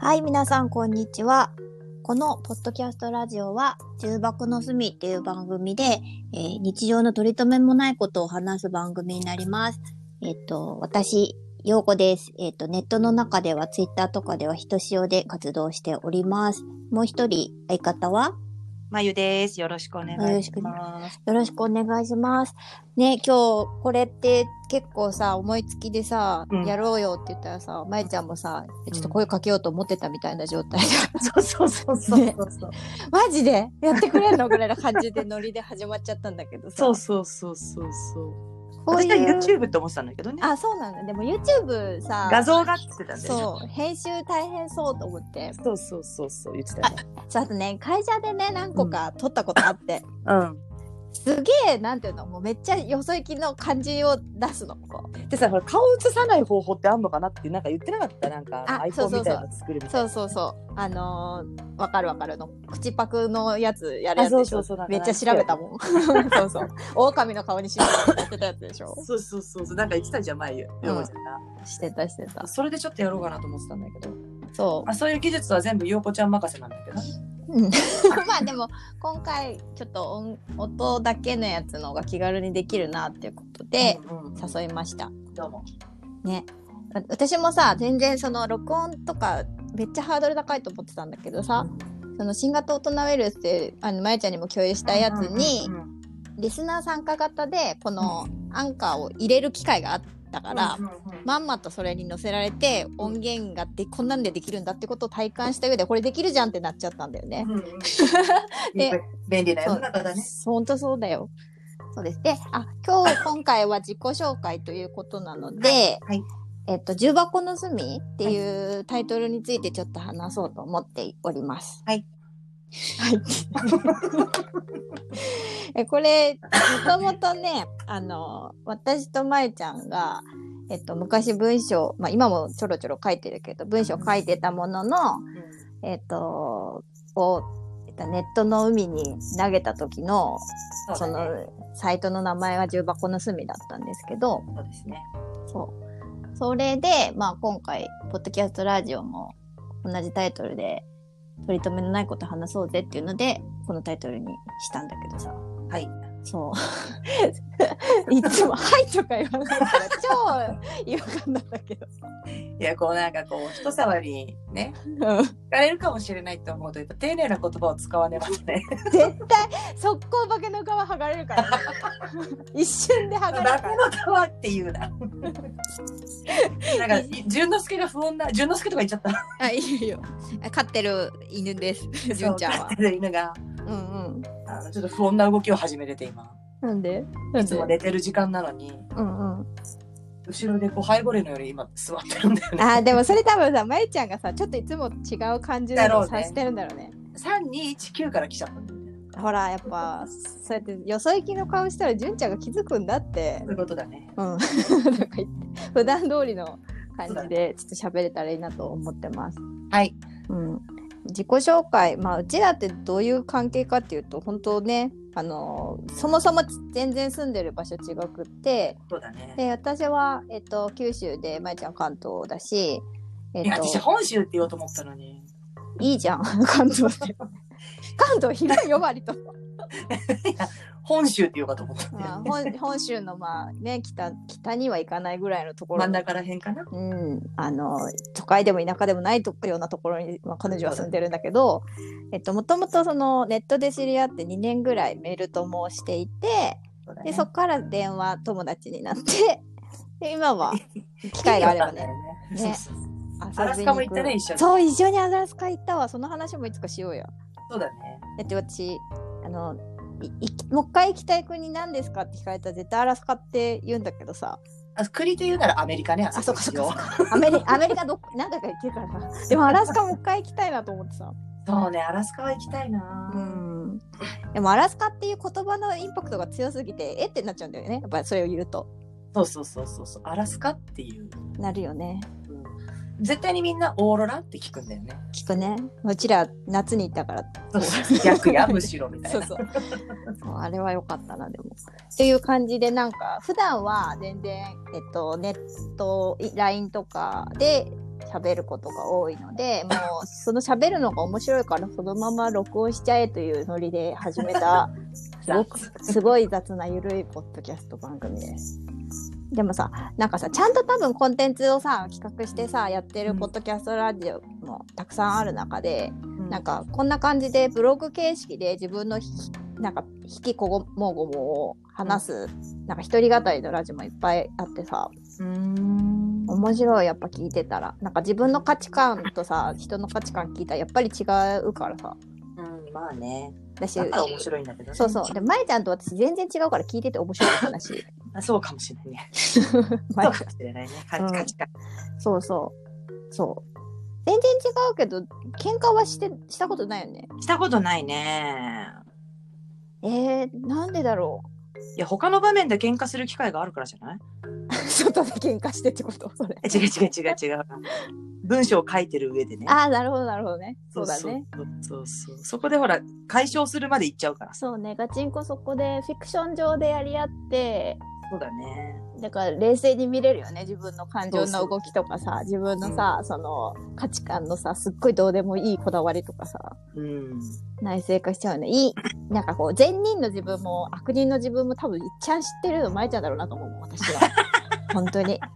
はい、皆さんこんにちは。このポッドキャストラジオは重箱の隅っていう番組で、日常の取り留めもないことを話す番組になります。私、ようこです。ネットの中ではツイッターとかではひとしおで活動しております。もう一人相方はまゆです。よろしくお願いします。 よろしくお願いします。ね、今日これって結構さ、思いつきでさ、やろうよって言ったらさ、まゆちゃんもさ、ちょっと声かけようと思ってたみたいな状態で。 そう、ね。 マジでやってくれんのぐらいな感じでノリで始まっちゃったんだけどさ。 そう。私は YouTube って思ってたんだけどね。 あ、そうなんだ。でも YouTube さ、 画像がって言ってたんだよね。 そう、編集大変そうと思って。 そう、言ってたね。 そう、あとね、会社でね、何個か撮ったことあって。すげえ、なんていうの、もうめっちゃよそ行きの感じを出すの。 でさ、ほら顔映さない方法ってあんのかなってなんか言ってなかった？なんかアイコンみたいなの作るみたいな。 そう。わかるの。口パクのやつやるやつでしょ。めっちゃ調べたもん。そう。狼の顔にしようってやってたやつでしょ。 そう。なんか言ってたじゃん、前よ。 してた。 それでちょっとやろうかなと思ってたんだけど。 そう。 そういう技術は全部ようこちゃん任せなんだけど。 まあでも今回ちょっと音だけのやつの方が気軽にできるなっていうことで誘いました。 どうも。 ね。私もさ、全然その録音とかめっちゃハードル高いと思ってたんだけどさ、その新型大人ウイルスってまやちゃんにも共有したやつに、リスナー参加型でこのアンカーを入れる機会があったから、まんまとそれに載せられて音源がこんなんでできるんだってことを体感した上でこれできるじゃんってなっちゃったんだよね。 で、便利な世の中だね。 ほんとそうだよ。そうです。で、今回は自己紹介ということなので、重箱の隅っていうタイトルについてちょっと話そうと思っております。 はい。 これ、もともとね、私とまゆちゃんが、昔文章、今もちょろちょろ書いてるけど、文章書いてたものの、ネットの海に投げた時の、その、サイトの名前は重箱の隅だったんですけど、 そうですね。 それで、今回、ポッドキャストラジオも同じタイトルで、取り留めのないこと話そうぜっていうので、このタイトルにしたんだけどさ。 はい。 そう。いつも、はいとか言わないから、超違和感なんだけど。 いや、なんか人触りにね、聞かれるかもしれないと思うと、やっぱ丁寧な言葉を使わねばね。 絶対、速攻化けの皮剥がれるからね。一瞬で剥がれるから。 化けの皮って言うな。なんか、淳之介が不穏な、淳之介とか言っちゃった。 いいよ。飼ってる犬です、淳ちゃんは。 飼ってる犬が。ちょっと不穏な動きを始めてて今。 なんで？ いつも寝てる時間なのに。後ろで背後霊のより今座ってるんだよね。 でもそれ多分さ、まゆちゃんがさ、ちょっといつも違う感じでさしてるんだろうね。 3219から来ちゃったんだよね。 ほら、やっぱ、そうやってよそ行きの顔したら純ちゃんが気づくんだって。 そういうことだね。 なんか言って、普段通りの感じでちょっと喋れたらいいなと思ってます。 はい。 自己紹介、うちらってどういう関係かっていうと、本当ね、そもそも全然住んでる場所違くって、 そうだね。 で、私は、九州で、まゆちゃん関東だし、 私本州って言おうと思ったのに。 いいじゃん、関東って。関東広いよ、割と。 本州って言おうかと思ったんだよね。 本州の北には行かないぐらいのところ、 真ん中らへんかな。 都会でも田舎でもないようなところに、彼女は住んでるんだけど、もともとそのネットで知り合って2年ぐらいメール友をしていて、でそこから電話友達になって、で今は機会があればね。 アラスカも行ったね、一緒に。 そう、一緒にアラスカ行ったわ。その話もいつかしようよ。 そうだね。 だって私、もう一回行きたい国何ですかって聞かれたら絶対アラスカって言うんだけどさ。 国で言うならアメリカね。 そうか。アメリカ何回か行ってるからさ。でもアラスカもう一回行きたいなと思ってさ。 そうね、アラスカは行きたいな。 でもアラスカっていう言葉のインパクトが強すぎて、ってなっちゃうんだよね。やっぱりそれを言うと。 そう。アラスカっていう。 なるよね。 絶対にみんなオーロラって聞くんだよね。 聞くね。うちら夏に行ったから。 逆やむしろみたいな。 そうあれは良かったな、でも。っていう感じで、なんか普段は全然ネット LINE とかで喋ることが多いので、もうその喋るのが面白いからそのまま録音しちゃえというノリで始めたすごい雑なゆるいポッドキャスト番組です。でもさ、なんかさ、ちゃんと多分コンテンツをさ企画してさやってるポッドキャストラジオもたくさんある中で、なんかこんな感じでブログ形式で自分のなんか引きこもごもを話す、なんか一人語りのラジオもいっぱいあってさ、面白い。やっぱ聞いてたらなんか自分の価値観とさ人の価値観聞いたらやっぱり違うからさ、 まあね、 だしだから面白いんだけどね。 そうで、まえちゃんと私全然違うから聞いてて面白い話そうかもしれないね。そうかもしれないね。価値観。 そう全然違うけど喧嘩はしたことないよね。 したことないね。 なんでだろう。 いや、他の場面で喧嘩する機会があるからじゃない？ 外で喧嘩してってことそれ。 違う。文章を書いてる上でね。 なるほどね。そうだね。 そう。そこでほら、解消するまで行っちゃうから。 そうね、ガチンコそこでフィクション上でやり合って、 そうだね。 だから冷静に見れるよね、自分の感情の動きとかさ、自分のさ、その価値観のさ、すっごいどうでもいいこだわりとかさ、内省化しちゃうね。なんかこう善人の自分も悪人の自分も多分いっちゃん知ってるのまえちゃんだろうなと思う、私は。本当に。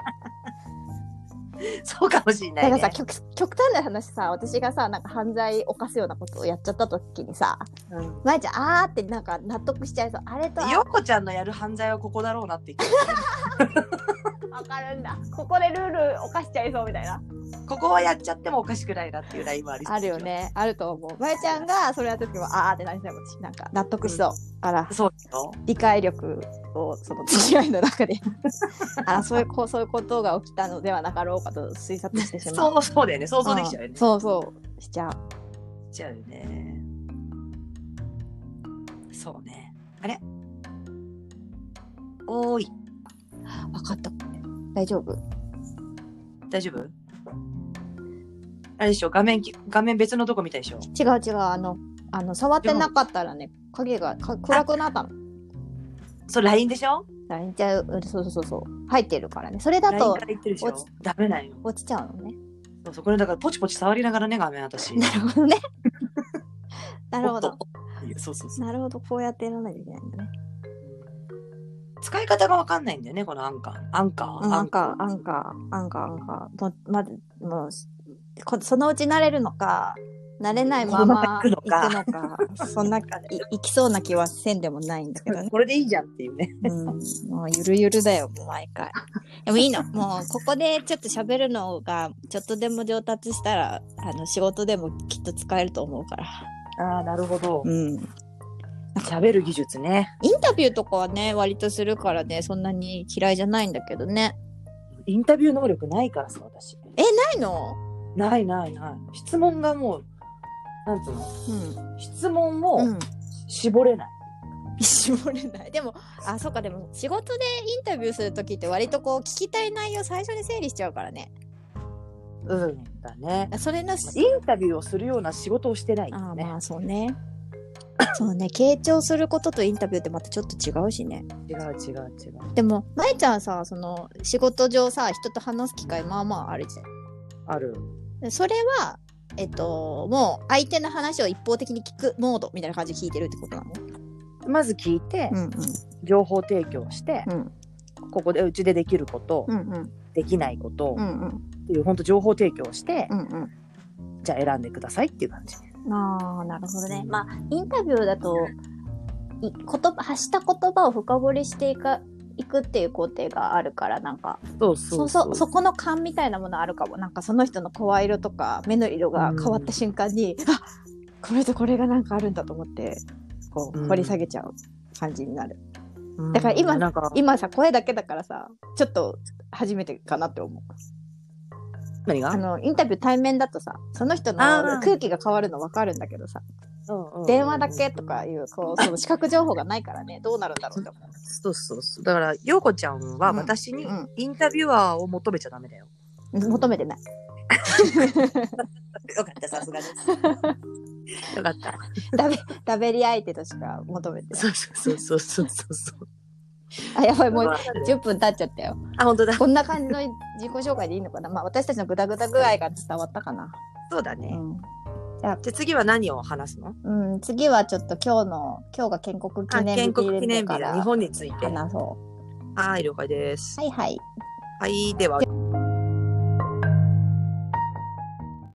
そうかもしれないね。 だからさ、極端な話さ、私がさ、なんか犯罪犯すようなことをやっちゃった時にさ、まえちゃんってなんか納得しちゃいそう。あれとよこちゃんのやる犯罪はここだろうなって言ってる。 わかるんだ。ここでルール犯しちゃいそうみたいな。 ここはやっちゃってもおかしくないなっていうラインもありそう。 あるよね。あると思う。まえちゃんがそれやった時はってなりそう。なんか納得しそう。 そうですよ。 理解力をその付き合いの中でそういうことが起きたのではなかろうかと推察してしまう。 そうだよね。想像できちゃうよね。 そうしちゃうよね。そうね。あれ？おーい。 分かった。大丈夫？ あれでしょ、画面別のとこ見たでしょ。 違う触ってなかったらね、影が暗くなったの。 それ LINE でしょ。 LINE ちゃう。そう入ってるからね。それだとダメだよ。 落ちちゃうのね。 そうこれだからポチポチ触りながらね、画面私。 なるほどね。なるほど。 そうなるほど、こうやってやらないといけないんだね。 使い方がわかんないんだよね、このアンカー。 まずもうそのうち慣れるのか慣れないまま行くのかそんな行きそうな気はせんでもないんだけどね。 これでいいじゃんっていうね。 もうゆるゆるだよ、もう毎回。でもいいの。もうここでちょっと喋るのがちょっとでも上達したら仕事でもきっと使えると思うから。 なるほど。喋る技術ね。 インタビューとかはね割とするからね、そんなに嫌いじゃないんだけどね。 インタビュー能力ないからさ、私。 ないの？ ない。質問がもうなんつうの、質問も絞れない。 でもそうか。でも仕事でインタビューするときって割とこう聞きたい内容最初に整理しちゃうからね。 だね。 それのインタビューをするような仕事をしてないよね。 まあそうね。そうね、傾聴することとインタビューってまたちょっと違うしね。 違う。 でもまえちゃんさ、その仕事上さ人と話す機会まあまああるじゃん。 ある。 それはもう相手の話を一方的に聞くモードみたいな感じで聞いてるってことなの？ まず聞いて、情報提供して、ここでうちでできること、できないこと、っていう本当情報提供して、じゃあ選んでくださいっていう感じ。 なるほどね。まあインタビューだと発した言葉を深掘りしていくっていう工程があるから、なんかそこの勘みたいなものあるかも。なんかその人の声色とか目の色が変わった瞬間に、これとこれがなんかあるんだと思ってこう掘り下げちゃう感じになる。だから今さ声だけだからさちょっと初めてかなって思う。 何が？ インタビュー対面だとさその人の空気が変わるの分かるんだけどさ、電話だけとかいうその視覚情報がないからね、どうなるんだろうって思う。 そうだから陽子ちゃんは私にインタビュアーを求めちゃダメだよ。 求めてない。 よかった、さすがです。よかった。 食べり相手としか求めてない。 そう。 あ、やばい、もう10分経っちゃったよ。 あ、本当だ。 こんな感じの自己紹介でいいのかな。まあ、私たちのグダグダ具合が伝わったかな。 そうだね。じゃあ次は何を話すの？ 次はちょっと今日が建国記念日だから日本について話そう。 はい、了解です。 はいはい。 はい、では。